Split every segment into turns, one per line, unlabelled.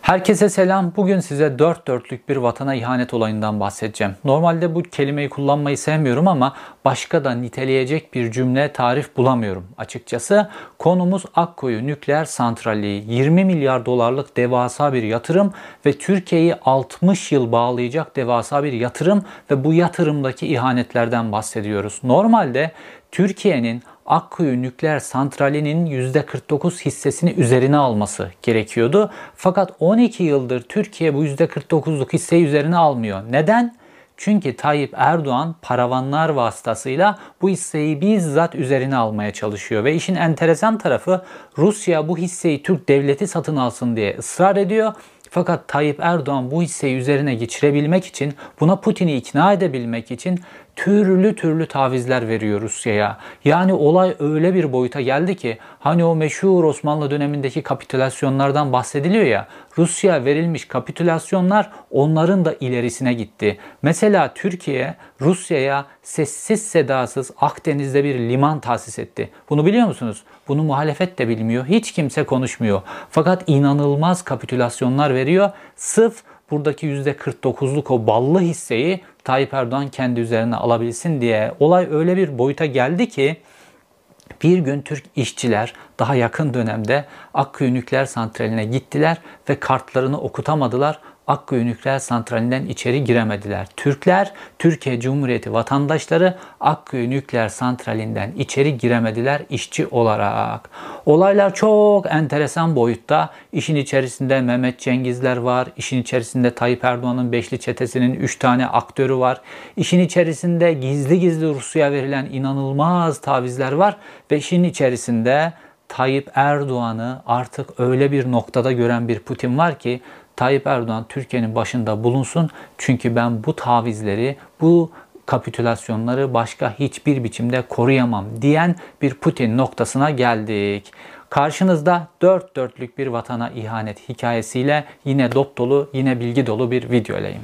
Herkese selam. Bugün size dört dörtlük bir vatana ihanet olayından bahsedeceğim. Normalde bu kelimeyi kullanmayı sevmiyorum ama başka da niteleyecek bir cümle, tarif bulamıyorum açıkçası. Konumuz Akkuyu Nükleer Santrali. 20 milyar dolarlık devasa bir yatırım ve Türkiye'yi 60 yıl bağlayacak devasa bir yatırım ve bu yatırımdaki ihanetlerden bahsediyoruz. Normalde Türkiye'nin Akkuyu Nükleer Santrali'nin %49 hissesini üzerine alması gerekiyordu. Fakat 12 yıldır Türkiye bu %49'luk hisseyi üzerine almıyor. Neden? Çünkü Tayyip Erdoğan paravanlar vasıtasıyla bu hisseyi bizzat üzerine almaya çalışıyor. Ve işin enteresan tarafı Rusya bu hisseyi Türk devleti satın alsın diye ısrar ediyor. Fakat Tayyip Erdoğan bu hisseyi üzerine geçirebilmek için, buna Putin'i ikna edebilmek için türlü tavizler veriyor Rusya'ya. Yani olay öyle bir boyuta geldi ki hani o meşhur Osmanlı dönemindeki kapitülasyonlardan bahsediliyor ya, Rusya verilmiş kapitülasyonlar onların da ilerisine gitti. Mesela Türkiye Rusya'ya sessiz sedasız Akdeniz'de bir liman tahsis etti. Bunu biliyor musunuz? Bunu muhalefet de bilmiyor. Hiç kimse konuşmuyor. Fakat inanılmaz kapitülasyonlar veriyor. Sırf buradaki %49'luk o ballı hisseyi Tayyip Erdoğan kendi üzerine alabilsin diye. Olay öyle bir boyuta geldi ki bir gün Türk işçiler daha yakın dönemde Akkuyu Nükleer Santrali'ne gittiler ve kartlarını okutamadılar. Akkuyu Nükleer Santrali'nden içeri giremediler. Türkler, Türkiye Cumhuriyeti vatandaşları Akkuyu Nükleer Santrali'nden içeri giremediler işçi olarak. Olaylar çok enteresan boyutta. İşin içerisinde Mehmet Cengizler var. İşin içerisinde Tayyip Erdoğan'ın Beşli Çetesi'nin 3 tane aktörü var. İşin içerisinde gizli Rusya'ya verilen inanılmaz tavizler var. Ve işin içerisinde Tayyip Erdoğan'ı artık öyle bir noktada gören bir Putin var ki Tayyip Erdoğan Türkiye'nin başında bulunsun çünkü ben bu tavizleri, bu kapitülasyonları başka hiçbir biçimde koruyamam diyen bir Putin noktasına geldik. Karşınızda dört dörtlük bir vatana ihanet hikayesiyle yine dop dolu, yine bilgi dolu bir videolayım.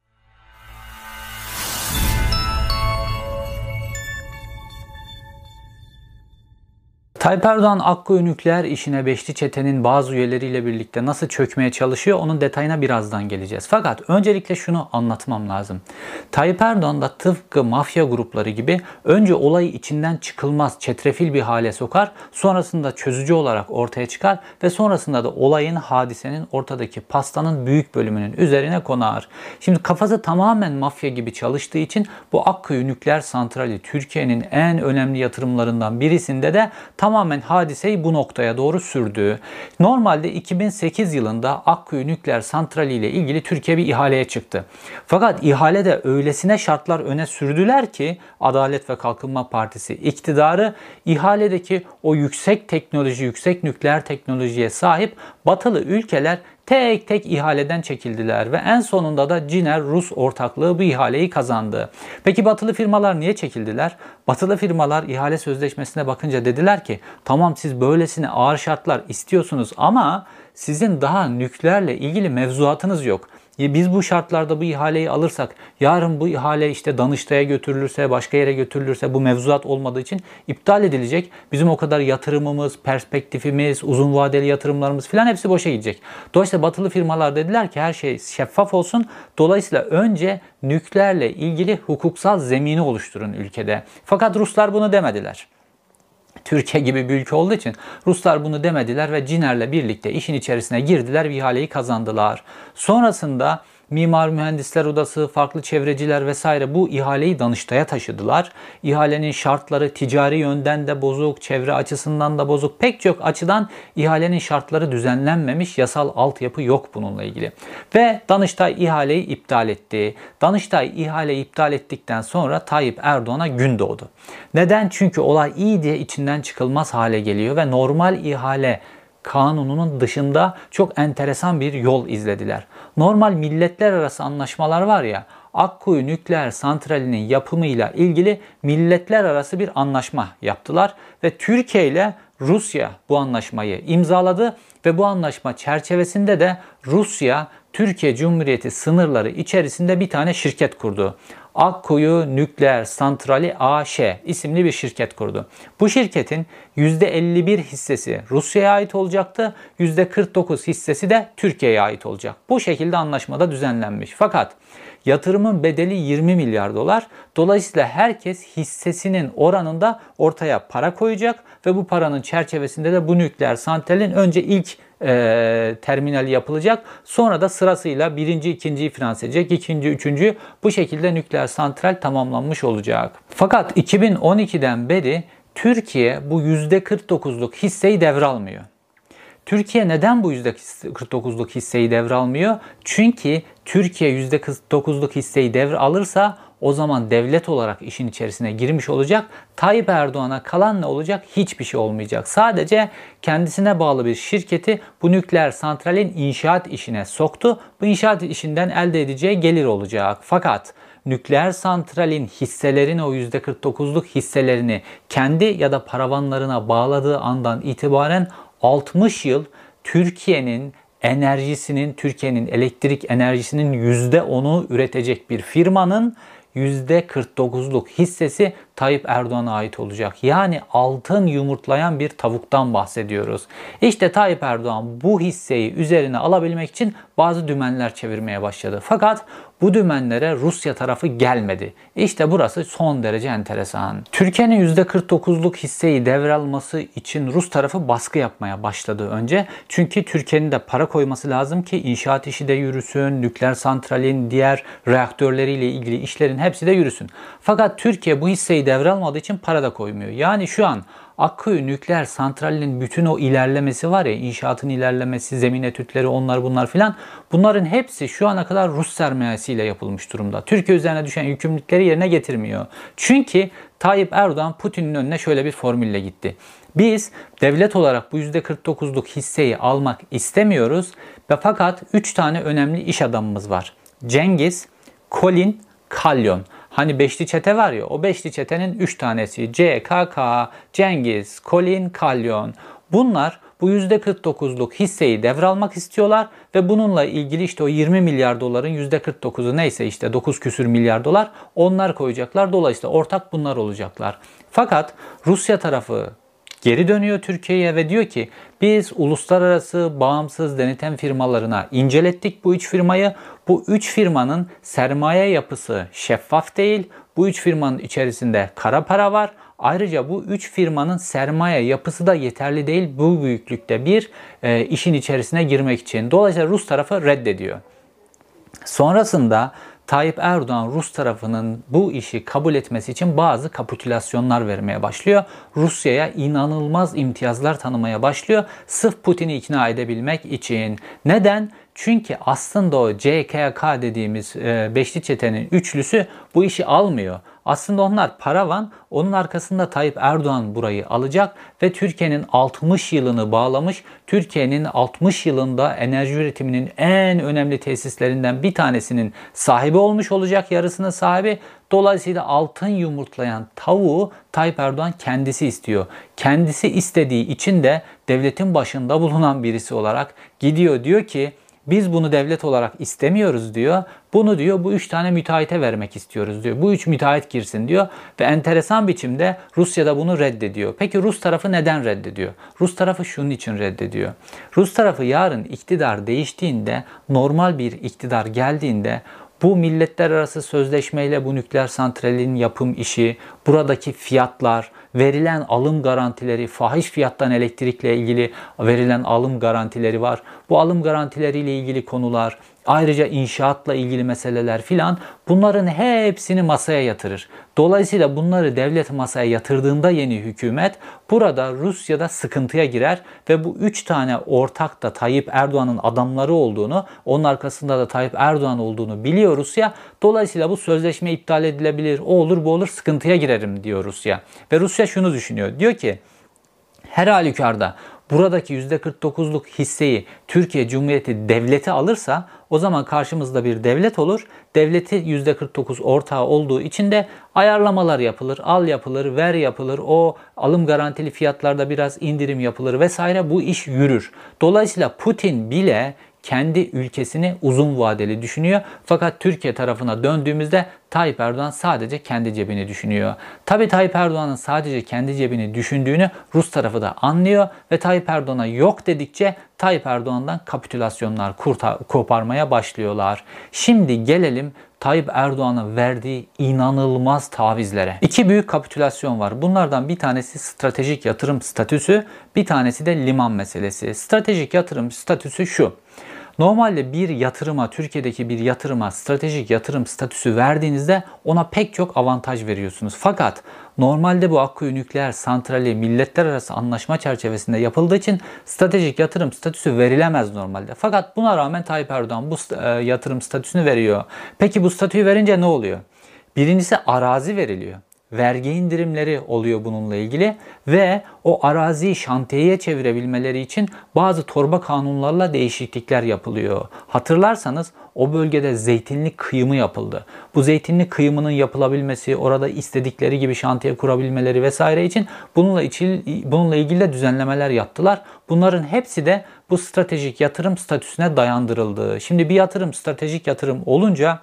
Tayyip Erdoğan Akkuyu Nükleer işine Beşli Çete'nin bazı üyeleriyle birlikte nasıl çökmeye çalışıyor onun detayına birazdan geleceğiz. Fakat öncelikle şunu anlatmam lazım. Tayyip Erdoğan da tıpkı mafya grupları gibi önce olayı içinden çıkılmaz, çetrefil bir hale sokar, sonrasında çözücü olarak ortaya çıkar ve sonrasında da olayın, hadisenin, ortadaki pastanın büyük bölümünün üzerine konar. Şimdi kafası tamamen mafya gibi çalıştığı için bu Akkuyu Nükleer Santrali Türkiye'nin en önemli yatırımlarından birisinde de tamamen hadiseyi bu noktaya doğru sürdü. Normalde 2008 yılında Akkuyu Nükleer Santrali ile ilgili Türkiye bir ihaleye çıktı. Fakat ihalede öylesine şartlar öne sürdüler ki Adalet ve Kalkınma Partisi iktidarı ihaledeki o yüksek teknoloji, yüksek nükleer teknolojiye sahip batılı ülkeler tek tek ihaleden çekildiler ve en sonunda da Ciner Rus ortaklığı bu ihaleyi kazandı. Peki batılı firmalar niye çekildiler? Batılı firmalar ihale sözleşmesine bakınca dediler ki tamam siz böylesine ağır şartlar istiyorsunuz ama sizin daha nükleerle ilgili mevzuatınız yok. Biz bu şartlarda bu ihaleyi alırsak yarın bu ihale işte Danıştay'a götürülürse, başka yere götürülürse bu mevzuat olmadığı için iptal edilecek. Bizim o kadar yatırımımız, perspektifimiz, uzun vadeli yatırımlarımız filan hepsi boşa gidecek. Dolayısıyla batılı firmalar dediler ki her şey şeffaf olsun. Dolayısıyla önce nükleerle ilgili hukuksal zemini oluşturun ülkede. Fakat Ruslar bunu demediler. Türkiye gibi bir ülke olduğu için Ruslar bunu demediler ve Ciner'le birlikte işin içerisine girdiler ve ihaleyi kazandılar. Sonrasında Mimar Mühendisler Odası, farklı çevreciler vesaire bu ihaleyi Danıştay'a taşıdılar. İhalenin şartları ticari yönden de bozuk, çevre açısından da bozuk. Pek çok açıdan ihalenin şartları düzenlenmemiş, yasal altyapı yok bununla ilgili. Ve Danıştay ihaleyi iptal etti. Danıştay ihaleyi iptal ettikten sonra Tayyip Erdoğan'a gün doğdu. Neden? Çünkü olay iyi diye içinden çıkılmaz hale geliyor ve normal ihale kanununun dışında çok enteresan bir yol izlediler. Normal milletler arası anlaşmalar var ya, Akkuyu Nükleer Santrali'nin yapımıyla ilgili milletler arası bir anlaşma yaptılar ve Türkiye ile Rusya bu anlaşmayı imzaladı ve bu anlaşma çerçevesinde de Rusya Türkiye Cumhuriyeti sınırları içerisinde bir tane şirket kurdu. Akkuyu Nükleer Santrali AŞ isimli bir şirket kurdu. Bu şirketin %51 hissesi Rusya'ya ait olacaktı. %49 hissesi de Türkiye'ye ait olacak. Bu şekilde anlaşmada düzenlenmiş. Fakat yatırımın bedeli 20 milyar dolar. Dolayısıyla herkes hissesinin oranında ortaya para koyacak ve bu paranın çerçevesinde de bu nükleer santralin önce ilk terminali yapılacak. Sonra da sırasıyla birinci, ikinciyi finanse edecek. İkinci, üçüncü, bu şekilde nükleer santral tamamlanmış olacak. Fakat 2012'den beri Türkiye bu %49'luk hisseyi devralmıyor. Türkiye neden bu %49'luk hisseyi devralmıyor? Çünkü Türkiye %49'luk hisseyi devralırsa o zaman devlet olarak işin içerisine girmiş olacak. Tayyip Erdoğan'a kalan ne olacak? Hiçbir şey olmayacak. Sadece kendisine bağlı bir şirketi bu nükleer santralin inşaat işine soktu. Bu inşaat işinden elde edeceği gelir olacak. Fakat nükleer santralin hisselerini, o %49'luk hisselerini kendi ya da paravanlarına bağladığı andan itibaren 60 yıl Türkiye'nin enerjisinin, Türkiye'nin elektrik enerjisinin %10'u üretecek bir firmanın %49'luk hissesi Tayyip Erdoğan'a ait olacak. Yani altın yumurtlayan bir tavuktan bahsediyoruz. İşte Tayyip Erdoğan bu hisseyi üzerine alabilmek için bazı dümenler çevirmeye başladı. Fakat bu dümenlere Rusya tarafı gelmedi. İşte burası son derece enteresan. Türkiye'nin %49'luk hisseyi devralması için Rus tarafı baskı yapmaya başladı önce. Çünkü Türkiye'nin de para koyması lazım ki inşaat işi de yürüsün, nükleer santralin diğer reaktörleriyle ilgili işlerin hepsi de yürüsün. Fakat Türkiye bu hisseyi devralmadığı için para da koymuyor. Yani şu an Akkuyu nükleer santralinin bütün o ilerlemesi var ya, inşaatın ilerlemesi, zemin etütleri, onlar bunlar filan, bunların hepsi şu ana kadar Rus sermayesiyle yapılmış durumda. Türkiye üzerine düşen yükümlülükleri yerine getirmiyor. Çünkü Tayyip Erdoğan Putin'in önüne şöyle bir formülle gitti. Biz devlet olarak bu %49'luk hisseyi almak istemiyoruz ve fakat 3 tane önemli iş adamımız var. Cengiz, Colin, Kalyon. Hani beşli çete var ya, o beşli çetenin 3 tanesi CKK, Cengiz, Colin, Kalyon. Bunlar bu %49'luk hisseyi devralmak istiyorlar ve bununla ilgili işte o 20 milyar doların %49'u neyse işte 9 küsür milyar dolar onlar koyacaklar. Dolayısıyla ortak bunlar olacaklar. Fakat Rusya tarafı geri dönüyor Türkiye'ye ve diyor ki biz uluslararası bağımsız denetim firmalarına incelettik bu 3 firmayı. Bu 3 firmanın sermaye yapısı şeffaf değil. Bu 3 firmanın içerisinde kara para var. Ayrıca bu 3 firmanın sermaye yapısı da yeterli değil bu büyüklükte bir işin içerisine girmek için. Dolayısıyla Rus tarafı reddediyor. Sonrasında Tayyip Erdoğan Rus tarafının bu işi kabul etmesi için bazı kapitülasyonlar vermeye başlıyor. Rusya'ya inanılmaz imtiyazlar tanımaya başlıyor. Sırf Putin'i ikna edebilmek için. Neden? Çünkü aslında o CKK dediğimiz beşli çetenin üçlüsü bu işi almıyor. Aslında onlar paravan, onun arkasında Tayyip Erdoğan burayı alacak ve Türkiye'nin 60 yılını bağlamış, Türkiye'nin 60 yılında enerji üretiminin en önemli tesislerinden bir tanesinin sahibi olmuş olacak, yarısının sahibi. Dolayısıyla altın yumurtlayan tavuğu Tayyip Erdoğan kendisi istiyor. Kendisi istediği için de devletin başında bulunan birisi olarak gidiyor, diyor ki biz bunu devlet olarak istemiyoruz diyor. Bunu diyor bu 3 tane müteahhite vermek istiyoruz diyor. Bu 3 müteahhit girsin diyor. Ve enteresan biçimde Rusya da bunu reddediyor. Peki Rus tarafı neden reddediyor? Rus tarafı şunun için reddediyor. Rus tarafı yarın iktidar değiştiğinde, normal bir iktidar geldiğinde bu milletler arası sözleşmeyle bu nükleer santralin yapım işi, buradaki fiyatlar, verilen alım garantileri, fahiş fiyattan elektrikle ilgili verilen alım garantileri var. Bu alım garantileriyle ilgili konular, ayrıca inşaatla ilgili meseleler filan, bunların hepsini masaya yatırır. Dolayısıyla bunları devlet masaya yatırdığında yeni hükümet burada Rusya'da sıkıntıya girer ve bu 3 tane ortak da Tayyip Erdoğan'ın adamları olduğunu, onun arkasında da Tayyip Erdoğan olduğunu biliyor Rusya. Dolayısıyla bu sözleşme iptal edilebilir, o olur bu olur, sıkıntıya girerim diyor Rusya. Ve Rusya şunu düşünüyor. Diyor ki her halükarda buradaki %49'luk hisseyi Türkiye Cumhuriyeti devleti alırsa o zaman karşımızda bir devlet olur. Devleti %49 ortağı olduğu için de ayarlamalar yapılır, al yapılır, ver yapılır, o alım garantili fiyatlarda biraz indirim yapılır vesaire, bu iş yürür. Dolayısıyla Putin bile kendi ülkesini uzun vadeli düşünüyor. Fakat Türkiye tarafına döndüğümüzde Tayyip Erdoğan sadece kendi cebini düşünüyor. Tabii Tayyip Erdoğan'ın sadece kendi cebini düşündüğünü Rus tarafı da anlıyor ve Tayyip Erdoğan'a yok dedikçe Tayyip Erdoğan'dan kapitülasyonlar koparmaya başlıyorlar. Şimdi gelelim Tayyip Erdoğan'ın verdiği inanılmaz tavizlere. İki büyük kapitülasyon var. Bunlardan bir tanesi stratejik yatırım statüsü, bir tanesi de liman meselesi. Stratejik yatırım statüsü şu. Normalde bir yatırıma, Türkiye'deki bir yatırıma stratejik yatırım statüsü verdiğinizde ona pek çok avantaj veriyorsunuz. Fakat normalde bu Akkuyu Nükleer Santrali milletler arası anlaşma çerçevesinde yapıldığı için stratejik yatırım statüsü verilemez normalde. Fakat buna rağmen Tayyip Erdoğan bu yatırım statüsünü veriyor. Peki bu statüyü verince ne oluyor? Birincisi arazi veriliyor. Vergi indirimleri oluyor bununla ilgili ve o araziyi şantiyeye çevirebilmeleri için bazı torba kanunlarla değişiklikler yapılıyor. Hatırlarsanız o bölgede zeytinlik kıyımı yapıldı. Bu zeytinlik kıyımının yapılabilmesi, orada istedikleri gibi şantiye kurabilmeleri vesaire için bununla ilgili de düzenlemeler yaptılar. Bunların hepsi de bu stratejik yatırım statüsüne dayandırıldı. Şimdi bir yatırım stratejik yatırım olunca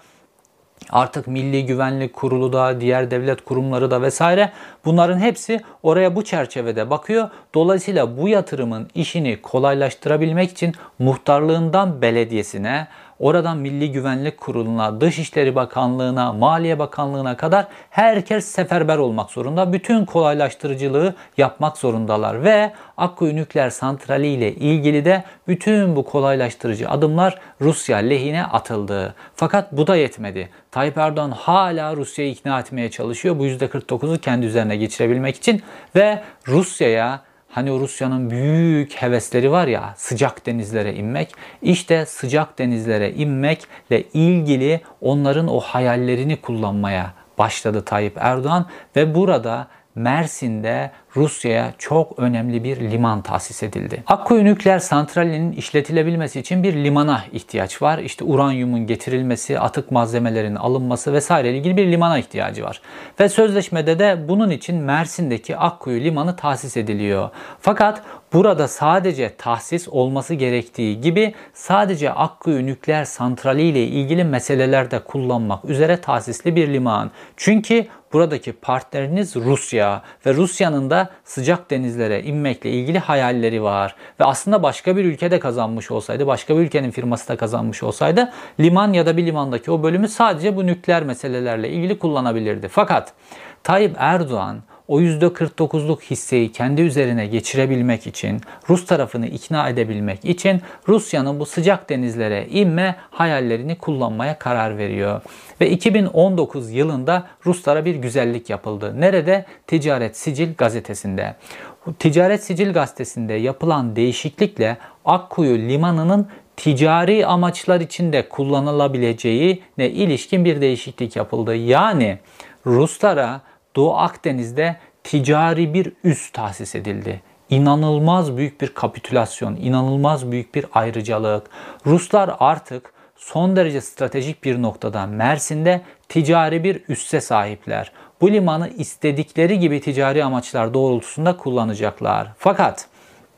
artık Milli Güvenlik Kurulu da, diğer devlet kurumları da vesaire bunların hepsi oraya bu çerçevede bakıyor. Dolayısıyla bu yatırımın işini kolaylaştırabilmek için muhtarlığından belediyesine, oradan Milli Güvenlik Kurulu'na, Dışişleri Bakanlığı'na, Maliye Bakanlığı'na kadar herkes seferber olmak zorunda. Bütün kolaylaştırıcılığı yapmak zorundalar ve Akkuyu Nükleer Santrali ile ilgili de bütün bu kolaylaştırıcı adımlar Rusya lehine atıldı. Fakat bu da yetmedi. Tayyip Erdoğan hala Rusya'yı ikna etmeye çalışıyor. Bu %49'u kendi üzerine geçirebilmek için ve Rusya'ya, hani Rusya'nın büyük hevesleri var ya, sıcak denizlere inmek. İşte sıcak denizlere inmekle ilgili onların o hayallerini kullanmaya başladı Tayyip Erdoğan ve burada Mersin'de Rusya'ya çok önemli bir liman tahsis edildi. Akkuyu Nükleer Santrali'nin işletilebilmesi için bir limana ihtiyaç var. İşte uranyumun getirilmesi, atık malzemelerin alınması vesaire ile ilgili bir limana ihtiyacı var. Ve sözleşmede de bunun için Mersin'deki Akkuyu Limanı tahsis ediliyor. Fakat burada sadece tahsis olması gerektiği gibi sadece Akkuyu Nükleer Santrali ile ilgili meselelerde kullanmak üzere tahsisli bir liman. Çünkü buradaki partneriniz Rusya ve Rusya'nın da sıcak denizlere inmekle ilgili hayalleri var. Ve aslında başka bir ülkede kazanmış olsaydı, başka bir ülkenin firması da kazanmış olsaydı liman ya da bir limandaki o bölümü sadece bu nükleer meselelerle ilgili kullanabilirdi. Fakat Tayyip Erdoğan o %49'luk hisseyi kendi üzerine geçirebilmek için, Rus tarafını ikna edebilmek için Rusya'nın bu sıcak denizlere inme hayallerini kullanmaya karar veriyor. Ve 2019 yılında Ruslara bir güzellik yapıldı. Nerede? Ticaret Sicil gazetesinde. Ticaret Sicil gazetesinde yapılan değişiklikle Akkuyu Limanı'nın ticari amaçlar için de kullanılabileceğine ilişkin bir değişiklik yapıldı. Yani Ruslara Doğu Akdeniz'de ticari bir üs tahsis edildi. İnanılmaz büyük bir kapitülasyon, inanılmaz büyük bir ayrıcalık. Ruslar artık son derece stratejik bir noktada Mersin'de ticari bir üsse sahipler. Bu limanı istedikleri gibi ticari amaçlar doğrultusunda kullanacaklar. Fakat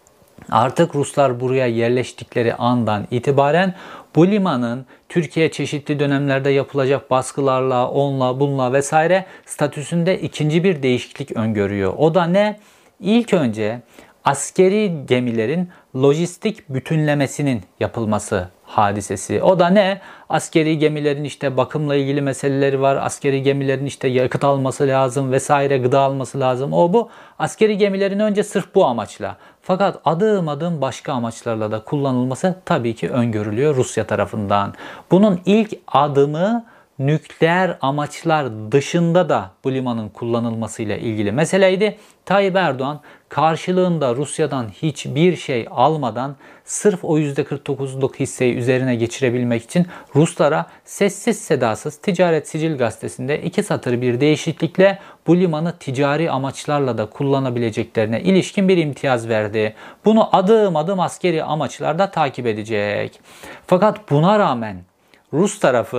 artık Ruslar buraya yerleştikleri andan itibaren bu limanın Türkiye çeşitli dönemlerde yapılacak baskılarla, onunla, bununla vesaire statüsünde ikinci bir değişiklik öngörüyor. O da ne? İlk önce askeri gemilerin lojistik bütünlemesinin yapılması hadisesi. O da ne? Askeri gemilerin işte bakımla ilgili meseleleri var. Askeri gemilerin işte yakıt alması lazım vesaire, gıda alması lazım. O bu. Askeri gemilerin önce sırf bu amaçla. Fakat adım adım başka amaçlarla da kullanılması tabii ki öngörülüyor Rusya tarafından. Bunun ilk adımı nükleer amaçlar dışında da bu limanın kullanılmasıyla ilgili meseleydi. Tayyip Erdoğan karşılığında Rusya'dan hiçbir şey almadan sırf o %49'luk hisseyi üzerine geçirebilmek için Ruslara sessiz sedasız Ticaret Sicil gazetesinde 2 satır bir değişiklikle bu limanı ticari amaçlarla da kullanabileceklerine ilişkin bir imtiyaz verdi. Bunu adım adım askeri amaçlarda takip edecek. Fakat buna rağmen Rus tarafı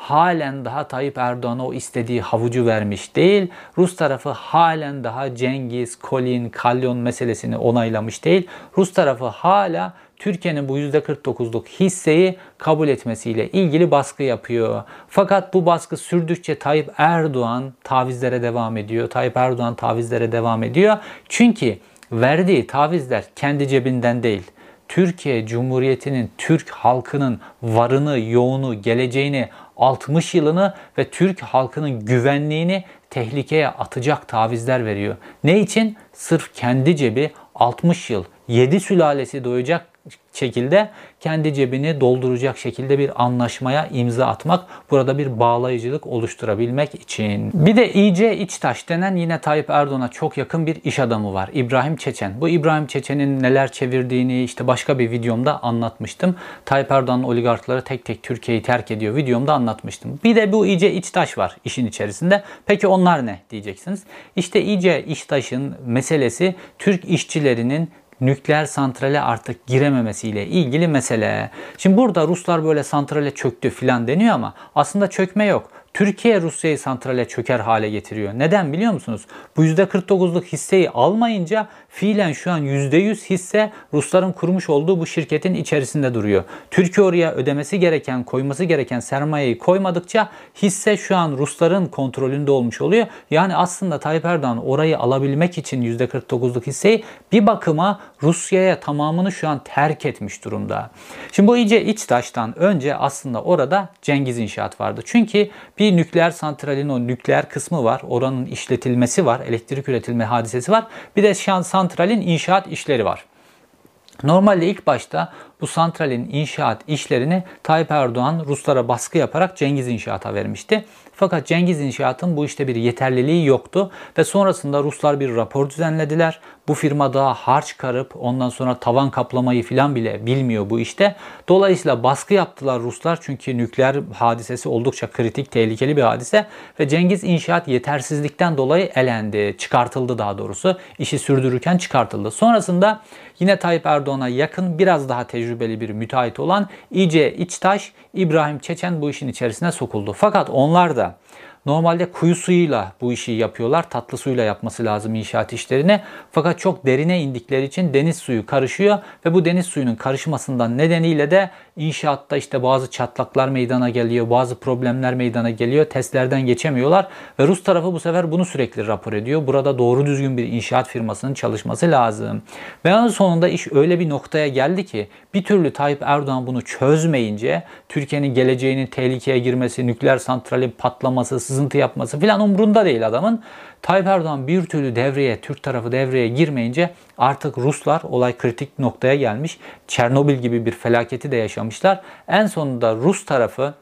halen daha Tayyip Erdoğan'a o istediği havucu vermiş değil. Rus tarafı halen daha Cengiz, Kolin, Kalyon meselesini onaylamış değil. Rus tarafı hala Türkiye'nin bu %49'luk hisseyi kabul etmesiyle ilgili baskı yapıyor. Fakat bu baskı sürdükçe Tayyip Erdoğan tavizlere devam ediyor. Tayyip Erdoğan tavizlere devam ediyor. Çünkü verdiği tavizler kendi cebinden değil. Türkiye Cumhuriyeti'nin, Türk halkının varını, yoğunu, geleceğini, 60 yılını ve Türk halkının güvenliğini tehlikeye atacak tavizler veriyor. Ne için? Sırf kendi cebi 60 yıl, 7 sülalesi doyacak şekilde kendi cebini dolduracak şekilde bir anlaşmaya imza atmak, burada bir bağlayıcılık oluşturabilmek için. Bir de İC İçtaş denen yine Tayyip Erdoğan'a çok yakın bir iş adamı var. İbrahim Çeçen. Bu İbrahim Çeçen'in neler çevirdiğini işte başka bir videomda anlatmıştım. Tayyip Erdoğan'ın oligarkları tek tek Türkiye'yi terk ediyor videomda anlatmıştım. Bir de bu İC İçtaş var işin içerisinde. Peki onlar ne diyeceksiniz? İşte İC İçtaş'ın meselesi Türk işçilerinin nükleer santrale artık girememesiyle ilgili mesele. Şimdi burada Ruslar böyle santrale çöktü filan deniyor ama aslında çökme yok. Türkiye Rusya'yı santrale çöker hale getiriyor. Neden biliyor musunuz? Bu %49'luk hisseyi almayınca fiilen şu an %100 hisse Rusların kurmuş olduğu bu şirketin içerisinde duruyor. Türkiye oraya ödemesi gereken, koyması gereken sermayeyi koymadıkça hisse şu an Rusların kontrolünde olmuş oluyor. Yani aslında Tayyip Erdoğan orayı alabilmek için %49'luk hisseyi bir bakıma Rusya'ya tamamını şu an terk etmiş durumda. Şimdi bu İC İçtaş'tan önce aslında orada Cengiz İnşaat vardı. Çünkü bir nükleer santralin o nükleer kısmı var. Oranın işletilmesi var. Elektrik üretilme hadisesi var. Bir de santralin inşaat işleri var. Normalde ilk başta bu santralin inşaat işlerini Tayyip Erdoğan Ruslara baskı yaparak Cengiz İnşaat'a vermişti. Fakat Cengiz İnşaat'ın bu işte bir yeterliliği yoktu ve sonrasında Ruslar bir rapor düzenlediler. Bu firma daha harç karıp ondan sonra tavan kaplamayı filan bile bilmiyor bu işte. Dolayısıyla baskı yaptılar Ruslar çünkü nükleer hadisesi oldukça kritik, tehlikeli bir hadise ve Cengiz İnşaat yetersizlikten dolayı elendi, çıkartıldı daha doğrusu. İşi sürdürürken çıkartıldı. Sonrasında yine Tayyip Erdoğan'a yakın biraz daha tecrübeli bir müteahhit olan İC İçtaş, İbrahim Çeçen bu işin içerisine sokuldu. Fakat onlar da normalde kuyu suyuyla bu işi yapıyorlar. Tatlı suyla yapması lazım inşaat işlerini. Fakat çok derine indikleri için deniz suyu karışıyor ve bu deniz suyunun karışmasından nedeniyle de inşaatta işte bazı çatlaklar meydana geliyor, bazı problemler meydana geliyor. Testlerden geçemiyorlar ve Rus tarafı bu sefer bunu sürekli rapor ediyor. Burada doğru düzgün bir inşaat firmasının çalışması lazım. Ve en sonunda iş öyle bir noktaya geldi ki bir türlü Tayyip Erdoğan bunu çözmeyince Türkiye'nin geleceğinin tehlikeye girmesi, nükleer santralin patlaması, sızıntı yapması filan umrunda değil adamın. Tayyip Erdoğan bir türlü devreye, Türk tarafı devreye girmeyince artık Ruslar olay kritik noktaya gelmiş. Çernobil gibi bir felaketi de yaşamışlar. En sonunda Rus tarafı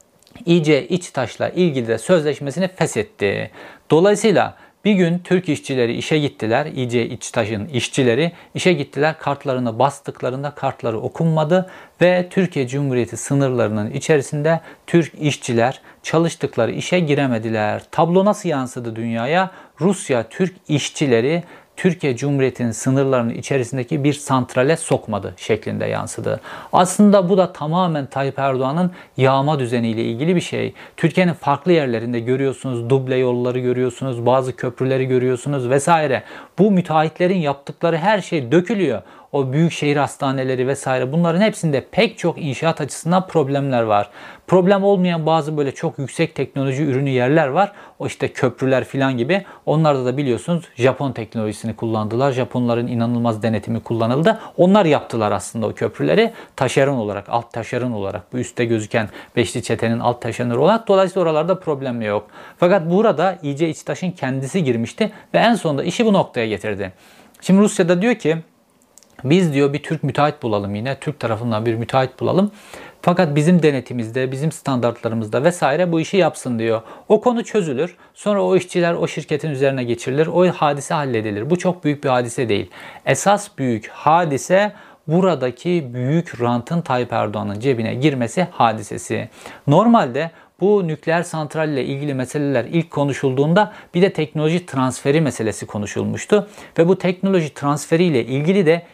İC İçtaş'la ilgili de sözleşmesini feshetti. Dolayısıyla bir gün Türk işçileri işe gittiler. İC İçtaş'ın işçileri işe gittiler. Kartlarını bastıklarında kartları okunmadı ve Türkiye Cumhuriyeti sınırlarının içerisinde Türk işçiler çalıştıkları işe giremediler. Tablo nasıl yansıdı dünyaya? Rusya Türk işçileri Türkiye Cumhuriyeti'nin sınırlarının içerisindeki bir santrale sokmadı şeklinde yansıdı. Aslında bu da tamamen Tayyip Erdoğan'ın yağma düzeniyle ilgili bir şey. Türkiye'nin farklı yerlerinde görüyorsunuz, duble yolları görüyorsunuz, bazı köprüleri görüyorsunuz vesaire. Bu müteahhitlerin yaptıkları her şey dökülüyor. O büyük şehir hastaneleri vesaire bunların hepsinde pek çok inşaat açısından problemler var. Problem olmayan bazı böyle çok yüksek teknoloji ürünü yerler var. O işte köprüler filan gibi. Onlarda da biliyorsunuz Japon teknolojisini kullandılar. Japonların inanılmaz denetimi kullanıldı. Onlar yaptılar aslında o köprüleri taşeron olarak, alt taşeron olarak. Bu üstte gözüken Beşli Çete'nin alt taşeronları olarak. Dolayısıyla oralarda problem yok. Fakat burada İC İçtaş'ın kendisi girmişti ve en sonunda işi bu noktaya getirdi. Şimdi Rusya'da diyor ki biz diyor bir Türk müteahhit bulalım yine. Türk tarafından bir müteahhit bulalım. Fakat bizim denetimimizde, bizim standartlarımızda vesaire bu işi yapsın diyor. O konu çözülür. Sonra o işçiler o şirketin üzerine geçirilir. O hadise halledilir. Bu çok büyük bir hadise değil. Esas büyük hadise buradaki büyük rantın Tayyip Erdoğan'ın cebine girmesi hadisesi. Normalde bu nükleer santralle ilgili meseleler ilk konuşulduğunda bir de teknoloji transferi meselesi konuşulmuştu. Ve bu teknoloji transferiyle ilgili de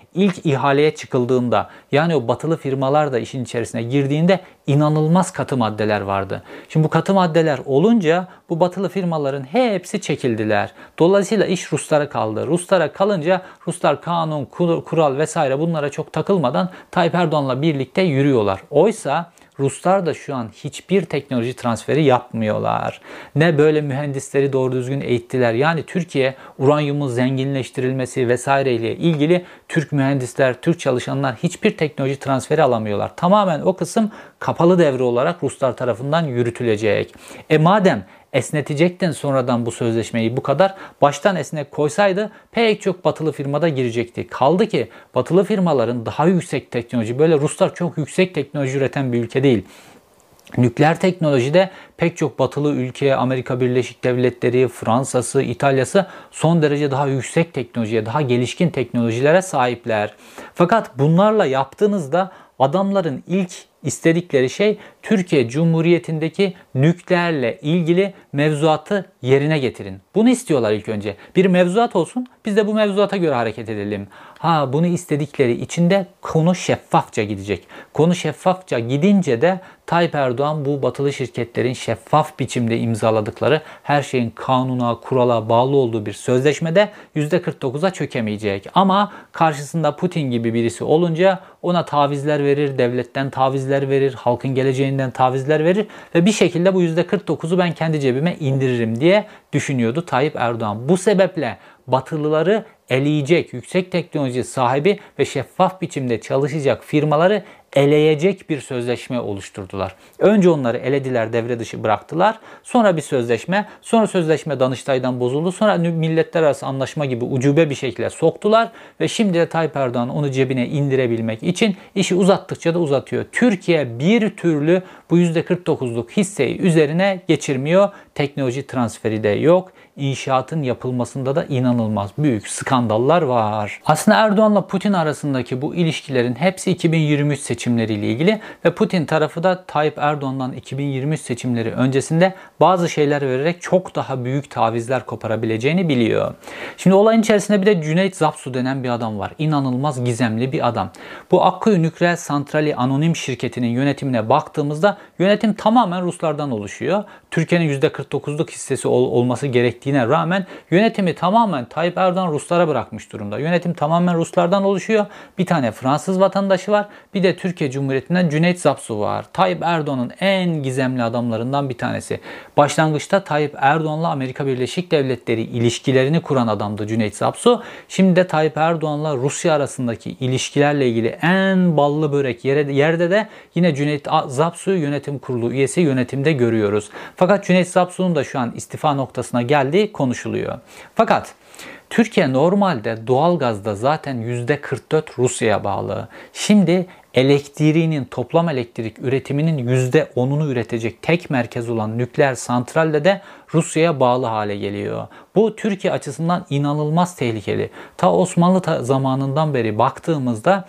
ilk ihaleye çıkıldığında, yani o batılı firmalar da işin içerisine girdiğinde inanılmaz katı maddeler vardı. Şimdi bu katı maddeler olunca bu batılı firmaların hepsi çekildiler. Dolayısıyla iş Ruslara kaldı. Ruslara kalınca Ruslar kanun, kural vesaire bunlara çok takılmadan Tayyip Erdoğan'la birlikte yürüyorlar. Oysa Ruslar da şu an hiçbir teknoloji transferi yapmıyorlar. Ne böyle mühendisleri doğru düzgün eğittiler. Yani Türkiye uranyumun zenginleştirilmesi vesaire ile ilgili Türk mühendisler, Türk çalışanlar hiçbir teknoloji transferi alamıyorlar. Tamamen o kısım kapalı devre olarak Ruslar tarafından yürütülecek. Madem esnetecektin sonradan bu sözleşmeyi bu kadar, baştan esnek koysaydı pek çok batılı firmada girecekti. Kaldı ki batılı firmaların daha yüksek teknoloji, böyle Ruslar çok yüksek teknoloji üreten bir ülke değil. Nükleer teknolojide pek çok batılı ülke, Amerika Birleşik Devletleri, Fransa'sı, İtalya'sı son derece daha yüksek teknolojiye, daha gelişkin teknolojilere sahipler. Fakat bunlarla yaptığınızda adamların ilk istedikleri şey Türkiye Cumhuriyeti'ndeki nükleerle ilgili mevzuatı yerine getirin. Bunu istiyorlar ilk önce. Bir mevzuat olsun, biz de bu mevzuata göre hareket edelim. Bunu istedikleri için de konu şeffafça gidecek. Konu şeffafça gidince de Tayyip Erdoğan bu batılı şirketlerin şeffaf biçimde imzaladıkları, her şeyin kanuna, kurala bağlı olduğu bir sözleşmede %49'a çökemeyecek. Ama karşısında Putin gibi birisi olunca ona tavizler verir, devletten tavizler verir, halkın geleceğinden tavizler verir ve bir şekilde bu %49'u ben kendi cebime indiririm diye düşünüyordu Tayyip Erdoğan. Bu sebeple Batılıları eleyecek, yüksek teknoloji sahibi ve şeffaf biçimde çalışacak firmaları eleyecek bir sözleşme oluşturdular. Önce onları elediler, devre dışı bıraktılar. Sonra bir sözleşme, sonra sözleşme Danıştay'dan bozuldu. Sonra milletler arası anlaşma gibi ucube bir şekilde soktular ve şimdi de Tayyip Erdoğan onu cebine indirebilmek için işi uzattıkça da uzatıyor. Türkiye bir türlü bu %49'luk hisseyi üzerine geçirmiyor. Teknoloji transferi de yok. İnşaatın yapılmasında da inanılmaz büyük skandallar var. Aslında Erdoğan'la Putin arasındaki bu ilişkilerin hepsi 2023 seçimleriyle ilgili ve Putin tarafı da Tayyip Erdoğan'dan 2023 seçimleri öncesinde bazı şeyler vererek çok daha büyük tavizler koparabileceğini biliyor. Şimdi olayın içerisinde bir de Cüneyt Zapsu denen bir adam var. İnanılmaz gizemli bir adam. Bu Akkuyu Nükleer Santrali Anonim Şirketi'nin yönetimine baktığımızda yönetim tamamen Ruslardan oluşuyor. Türkiye'nin %49'luk hissesi olması gerektiğine rağmen yönetimi tamamen Tayyip Erdoğan Ruslara bırakmış durumda. Yönetim tamamen Ruslardan oluşuyor. Bir tane Fransız vatandaşı var. Bir de Türkiye Cumhuriyeti'nden Cüneyt Zapsu var. Tayyip Erdoğan'ın en gizemli adamlarından bir tanesi. Başlangıçta Tayyip Erdoğan'la Amerika Birleşik Devletleri ilişkilerini kuran adamdı Cüneyt Zapsu. Şimdi de Tayyip Erdoğan'la Rusya arasındaki ilişkilerle ilgili en ballı börek yerde de yine Cüneyt Zapsu'yu yönetim kurulu üyesi yönetimde görüyoruz. Fakat Cüneyt Zapsu'nun da şu an istifa noktasına geldiği konuşuluyor. Fakat Türkiye normalde doğalgazda zaten %44 Rusya'ya bağlı. Şimdi elektriğinin, toplam elektrik üretiminin %10'unu üretecek tek merkez olan nükleer santralde de Rusya'ya bağlı hale geliyor. Bu Türkiye açısından inanılmaz tehlikeli. Ta Osmanlı zamanından beri baktığımızda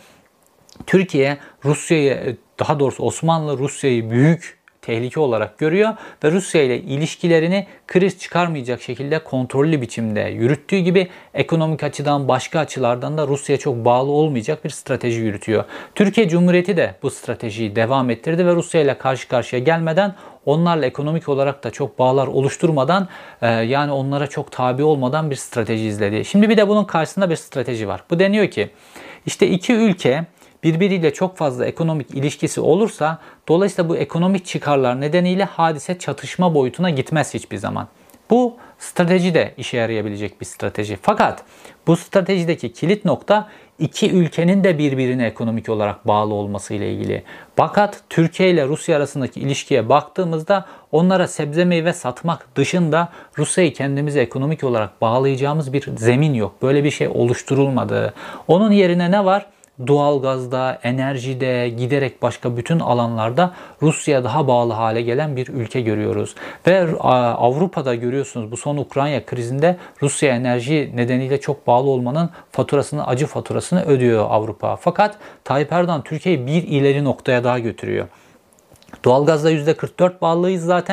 Türkiye Rusya'yı, daha doğrusu Osmanlı Rusya'yı büyük tehlike olarak görüyor ve Rusya ile ilişkilerini kriz çıkarmayacak şekilde kontrollü biçimde yürüttüğü gibi ekonomik açıdan başka açılardan da Rusya'ya çok bağlı olmayacak bir strateji yürütüyor. Türkiye Cumhuriyeti de bu stratejiyi devam ettirdi ve Rusya ile karşı karşıya gelmeden, onlarla ekonomik olarak da çok bağlar oluşturmadan, yani onlara çok tabi olmadan bir strateji izledi. Şimdi bir de bunun karşısında bir strateji var. Bu deniyor ki işte iki ülke birbiriyle çok fazla ekonomik ilişkisi olursa dolayısıyla bu ekonomik çıkarlar nedeniyle hadise çatışma boyutuna gitmez hiçbir zaman. Bu strateji de işe yarayabilecek bir strateji. Fakat bu stratejideki kilit nokta iki ülkenin de birbirine ekonomik olarak bağlı olması ile ilgili. Fakat Türkiye ile Rusya arasındaki ilişkiye baktığımızda onlara sebze meyve satmak dışında Rusya'yı kendimize ekonomik olarak bağlayacağımız bir zemin yok. Böyle bir şey oluşturulmadı. Onun yerine ne var? Doğalgazda, enerjide, giderek başka bütün alanlarda Rusya'ya daha bağlı hale gelen bir ülke görüyoruz. Ve Avrupa'da görüyorsunuz bu son Ukrayna krizinde Rusya enerji nedeniyle çok bağlı olmanın faturasını, acı faturasını ödüyor Avrupa. Fakat Tayyip Erdoğan Türkiye'yi bir ileri noktaya daha götürüyor. Doğalgazda %44 bağlıyız zaten.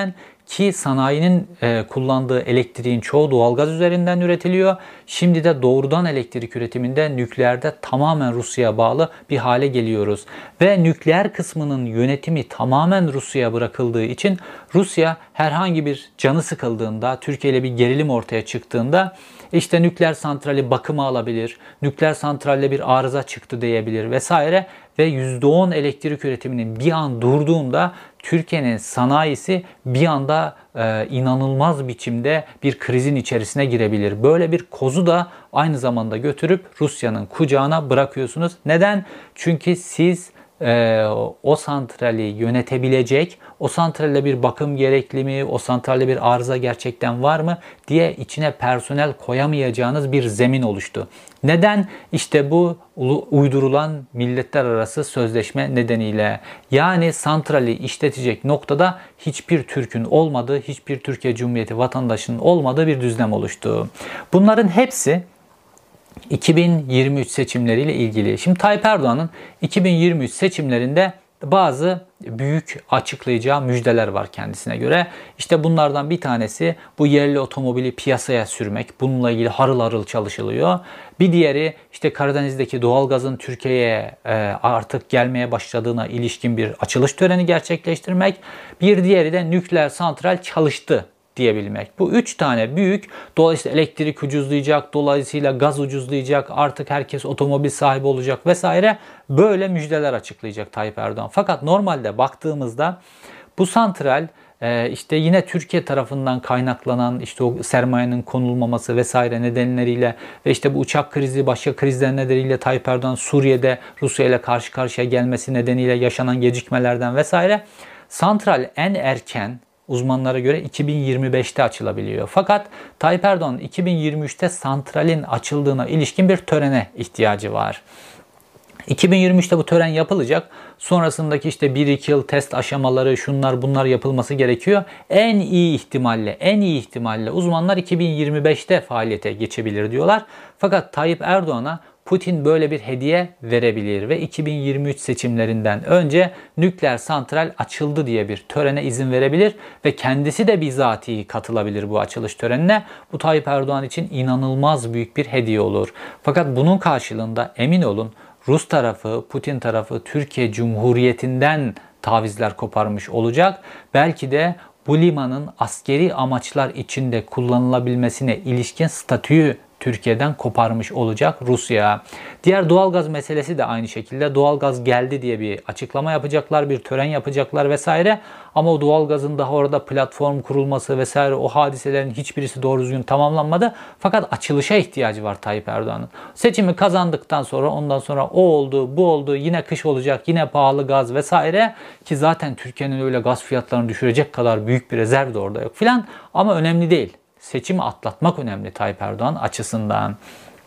ki sanayinin kullandığı elektriğin çoğu doğalgaz üzerinden üretiliyor. Şimdi de doğrudan elektrik üretiminde nükleerde tamamen Rusya'ya bağlı bir hale geliyoruz. Ve nükleer kısmının yönetimi tamamen Rusya'ya bırakıldığı için Rusya herhangi bir canı sıkıldığında, Türkiye ile bir gerilim ortaya çıktığında işte nükleer santrali bakıma alabilir, nükleer santralle bir arıza çıktı diyebilir vesaire ve %10 elektrik üretiminin bir an durduğunda Türkiye'nin sanayisi bir anda inanılmaz biçimde bir krizin içerisine girebilir. Böyle bir kozu da aynı zamanda götürüp Rusya'nın kucağına bırakıyorsunuz. Neden? Çünkü siz o santrali yönetebilecek, o santralle bir bakım gerekli mi, o santralle bir arıza gerçekten var mı diye içine personel koyamayacağınız bir zemin oluştu. Neden? İşte bu uydurulan milletler arası sözleşme nedeniyle. Yani santrali işletecek noktada hiçbir Türk'ün olmadığı, hiçbir Türkiye Cumhuriyeti vatandaşının olmadığı bir düzlem oluştu. Bunların hepsi 2023 seçimleriyle ilgili. Şimdi Tayyip Erdoğan'ın 2023 seçimlerinde bazı büyük açıklayacağı müjdeler var kendisine göre. İşte bunlardan bir tanesi bu yerli otomobili piyasaya sürmek. Bununla ilgili harıl harıl çalışılıyor. Bir diğeri işte Karadeniz'deki doğalgazın Türkiye'ye artık gelmeye başladığına ilişkin bir açılış töreni gerçekleştirmek. Bir diğeri de nükleer santral çalıştı diyebilmek. Bu üç tane büyük, dolayısıyla elektrik ucuzlayacak, dolayısıyla gaz ucuzlayacak, artık herkes otomobil sahibi olacak vesaire, böyle müjdeler açıklayacak Tayyip Erdoğan. Fakat normalde baktığımızda bu santral işte yine Türkiye tarafından kaynaklanan işte o sermayenin konulmaması vesaire nedenleriyle ve işte bu uçak krizi, başka krizler nedeniyle Tayyip Erdoğan Suriye'de Rusya ile karşı karşıya gelmesi nedeniyle yaşanan gecikmelerden vesaire santral en erken uzmanlara göre 2025'te açılabiliyor. Fakat Tayyip Erdoğan 2023'te santralin açıldığına ilişkin bir törene ihtiyacı var. 2023'te bu tören yapılacak. Sonrasındaki işte 1-2 yıl test aşamaları, şunlar bunlar yapılması gerekiyor. En iyi ihtimalle uzmanlar 2025'te faaliyete geçebilir diyorlar. Fakat Tayyip Erdoğan'a Putin böyle bir hediye verebilir ve 2023 seçimlerinden önce nükleer santral açıldı diye bir törene izin verebilir ve kendisi de bizatihi katılabilir bu açılış törenine. Bu Tayyip Erdoğan için inanılmaz büyük bir hediye olur. Fakat bunun karşılığında emin olun Rus tarafı, Putin tarafı Türkiye Cumhuriyeti'nden tavizler koparmış olacak. Belki de bu limanın askeri amaçlar içinde kullanılabilmesine ilişkin statüyü Türkiye'den koparmış olacak Rusya. Diğer doğalgaz meselesi de aynı şekilde. Doğalgaz geldi diye bir açıklama yapacaklar, bir tören yapacaklar vesaire. Ama o doğalgazın daha orada platform kurulması vesaire o hadiselerin hiçbirisi doğru düzgün tamamlanmadı. Fakat açılışa ihtiyacı var Tayyip Erdoğan'ın. Seçimi kazandıktan sonra ondan sonra o oldu, bu oldu, yine kış olacak, yine pahalı gaz vesaire. Ki zaten Türkiye'nin öyle gaz fiyatlarını düşürecek kadar büyük bir rezerv de orada yok filan. Ama önemli değil. Seçimi atlatmak önemli Tayyip Erdoğan açısından.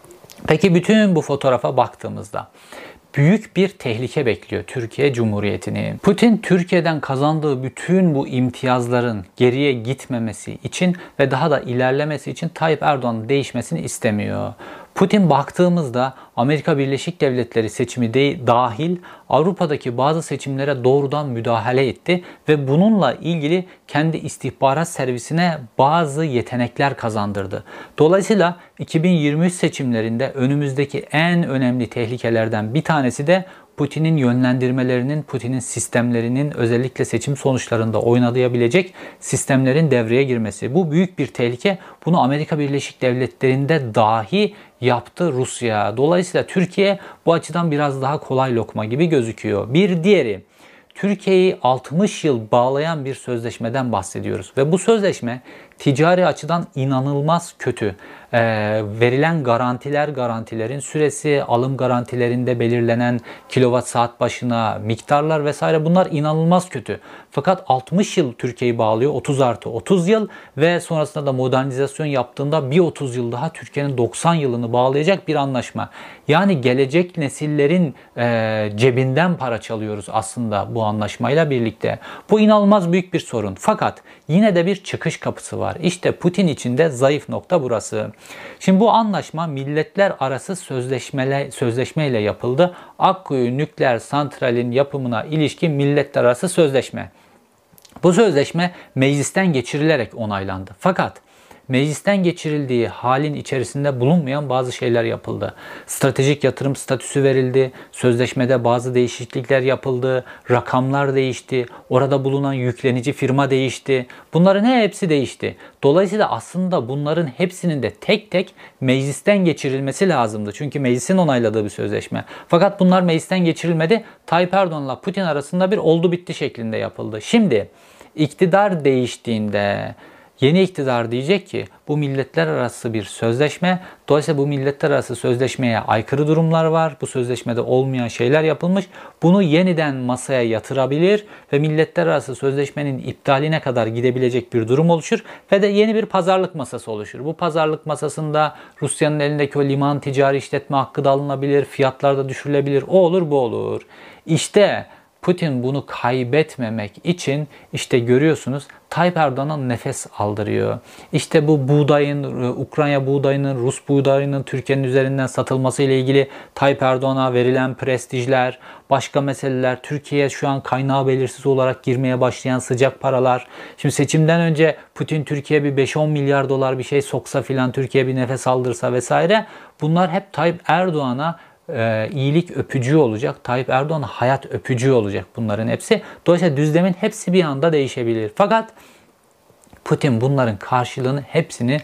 Peki bütün bu fotoğrafa baktığımızda büyük bir tehlike bekliyor Türkiye Cumhuriyeti'ni. Putin Türkiye'den kazandığı bütün bu imtiyazların geriye gitmemesi için ve daha da ilerlemesi için Tayyip Erdoğan'ın değişmesini istemiyor. Putin baktığımızda Amerika Birleşik Devletleri seçimi dahil Avrupa'daki bazı seçimlere doğrudan müdahale etti ve bununla ilgili kendi istihbarat servisine bazı yetenekler kazandırdı. Dolayısıyla 2023 seçimlerinde önümüzdeki en önemli tehlikelerden bir tanesi de Putin'in yönlendirmelerinin, Putin'in sistemlerinin özellikle seçim sonuçlarında oynayabilecek sistemlerin devreye girmesi. Bu büyük bir tehlike. Bunu Amerika Birleşik Devletleri'nde dahi yaptı Rusya. Dolayısıyla Türkiye bu açıdan biraz daha kolay lokma gibi gözüküyor. Bir diğeri, Türkiye'yi 60 yıl bağlayan bir sözleşmeden bahsediyoruz. Ve bu sözleşme ticari açıdan inanılmaz kötü. Verilen garantilerin süresi, alım garantilerinde belirlenen kilowatt saat başına miktarlar vesaire bunlar inanılmaz kötü. Fakat 60 yıl Türkiye'yi bağlıyor. 30+30 yıl ve sonrasında da modernizasyon yaptığında bir 30 yıl daha Türkiye'nin 90 yılını bağlayacak bir anlaşma. Yani gelecek nesillerin cebinden para çalıyoruz aslında bu anlaşmayla birlikte. Bu inanılmaz büyük bir sorun. Fakat yine de bir çıkış kapısı var. İşte Putin için de zayıf nokta burası. Şimdi bu anlaşma milletler arası sözleşmeyle yapıldı. Akkuyu nükleer santralin yapımına ilişkin milletler arası sözleşme. Bu sözleşme meclisten geçirilerek onaylandı. Fakat meclisten geçirildiği halin içerisinde bulunmayan bazı şeyler yapıldı. Stratejik yatırım statüsü verildi. Sözleşmede bazı değişiklikler yapıldı. Rakamlar değişti. Orada bulunan yüklenici firma değişti. Bunların hepsi değişti. Dolayısıyla aslında bunların hepsinin de tek tek meclisten geçirilmesi lazımdı. Çünkü meclisin onayladığı bir sözleşme. Fakat bunlar meclisten geçirilmedi. Tayyip Erdoğan'la Putin arasında bir oldu bitti şeklinde yapıldı. Şimdi iktidar değiştiğinde yeni iktidar diyecek ki bu milletler arası bir sözleşme. Dolayısıyla bu milletler arası sözleşmeye aykırı durumlar var. Bu sözleşmede olmayan şeyler yapılmış. Bunu yeniden masaya yatırabilir ve milletler arası sözleşmenin iptaline kadar gidebilecek bir durum oluşur ve de yeni bir pazarlık masası oluşur. Bu pazarlık masasında Rusya'nın elindeki o liman ticari işletme hakkı da alınabilir, fiyatlar da düşürülebilir. O olur, bu olur. İşte Putin bunu kaybetmemek için işte görüyorsunuz Tayyip Erdoğan'a nefes aldırıyor. İşte bu buğdayın, Ukrayna buğdayının, Rus buğdayının Türkiye'nin üzerinden satılması ile ilgili Tayyip Erdoğan'a verilen prestijler, başka meseleler, Türkiye'ye şu an kaynağı belirsiz olarak girmeye başlayan sıcak paralar. Şimdi seçimden önce Putin Türkiye'ye bir 5-10 milyar dolar bir şey soksa filan, Türkiye bir nefes aldırsa vesaire, bunlar hep Tayyip Erdoğan'a iyilik öpücüğü olacak. Tayyip Erdoğan hayat öpücüğü olacak bunların hepsi. Dolayısıyla düzlemin hepsi bir anda değişebilir. Fakat Putin bunların karşılığını hepsini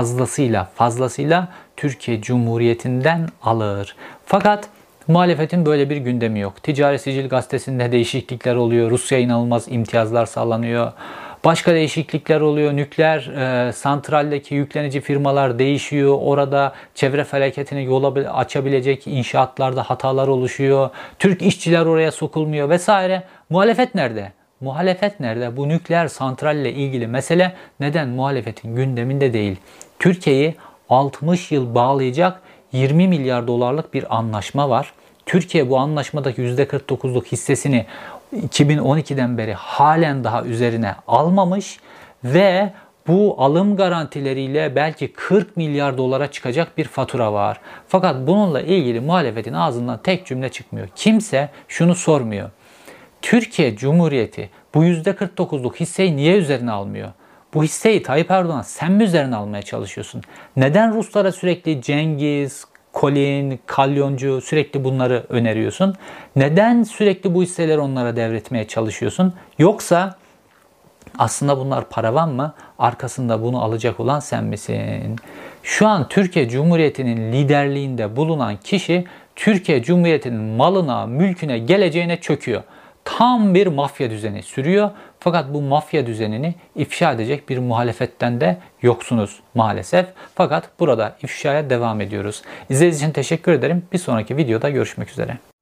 fazlasıyla Türkiye Cumhuriyeti'nden alır. Fakat muhalefetin böyle bir gündemi yok. Ticari Sicil Gazetesi'nde değişiklikler oluyor. Rusya'ya inanılmaz imtiyazlar sağlanıyor. Başka değişiklikler oluyor. Nükleer santraldeki yüklenici firmalar değişiyor. Orada çevre felaketine yol açabilecek inşaatlarda hatalar oluşuyor. Türk işçiler oraya sokulmuyor vesaire. Muhalefet nerede? Muhalefet nerede? Bu nükleer santralle ilgili mesele neden muhalefetin gündeminde değil? Türkiye'yi 60 yıl bağlayacak 20 milyar dolarlık bir anlaşma var. Türkiye bu anlaşmadaki %49'luk hissesini 2012'den beri halen daha üzerine almamış ve bu alım garantileriyle belki 40 milyar dolara çıkacak bir fatura var. Fakat bununla ilgili muhalefetin ağzından tek cümle çıkmıyor. Kimse şunu sormuyor. Türkiye Cumhuriyeti bu %49'luk hisseyi niye üzerine almıyor? Bu hisseyi Tayyip Erdoğan sen mi üzerine almaya çalışıyorsun? Neden Ruslara sürekli Cengiz, Colin, Kalyoncu sürekli bunları öneriyorsun? Neden sürekli bu hisseleri onlara devretmeye çalışıyorsun? Yoksa aslında bunlar paravan mı? Arkasında bunu alacak olan sen misin? Şu an Türkiye Cumhuriyeti'nin liderliğinde bulunan kişi Türkiye Cumhuriyeti'nin malına, mülküne, geleceğine çöküyor. Tam bir mafya düzeni sürüyor. Fakat bu mafya düzenini ifşa edecek bir muhalefetten de yoksunuz maalesef. Fakat burada ifşaya devam ediyoruz. İzlediğiniz için teşekkür ederim. Bir sonraki videoda görüşmek üzere.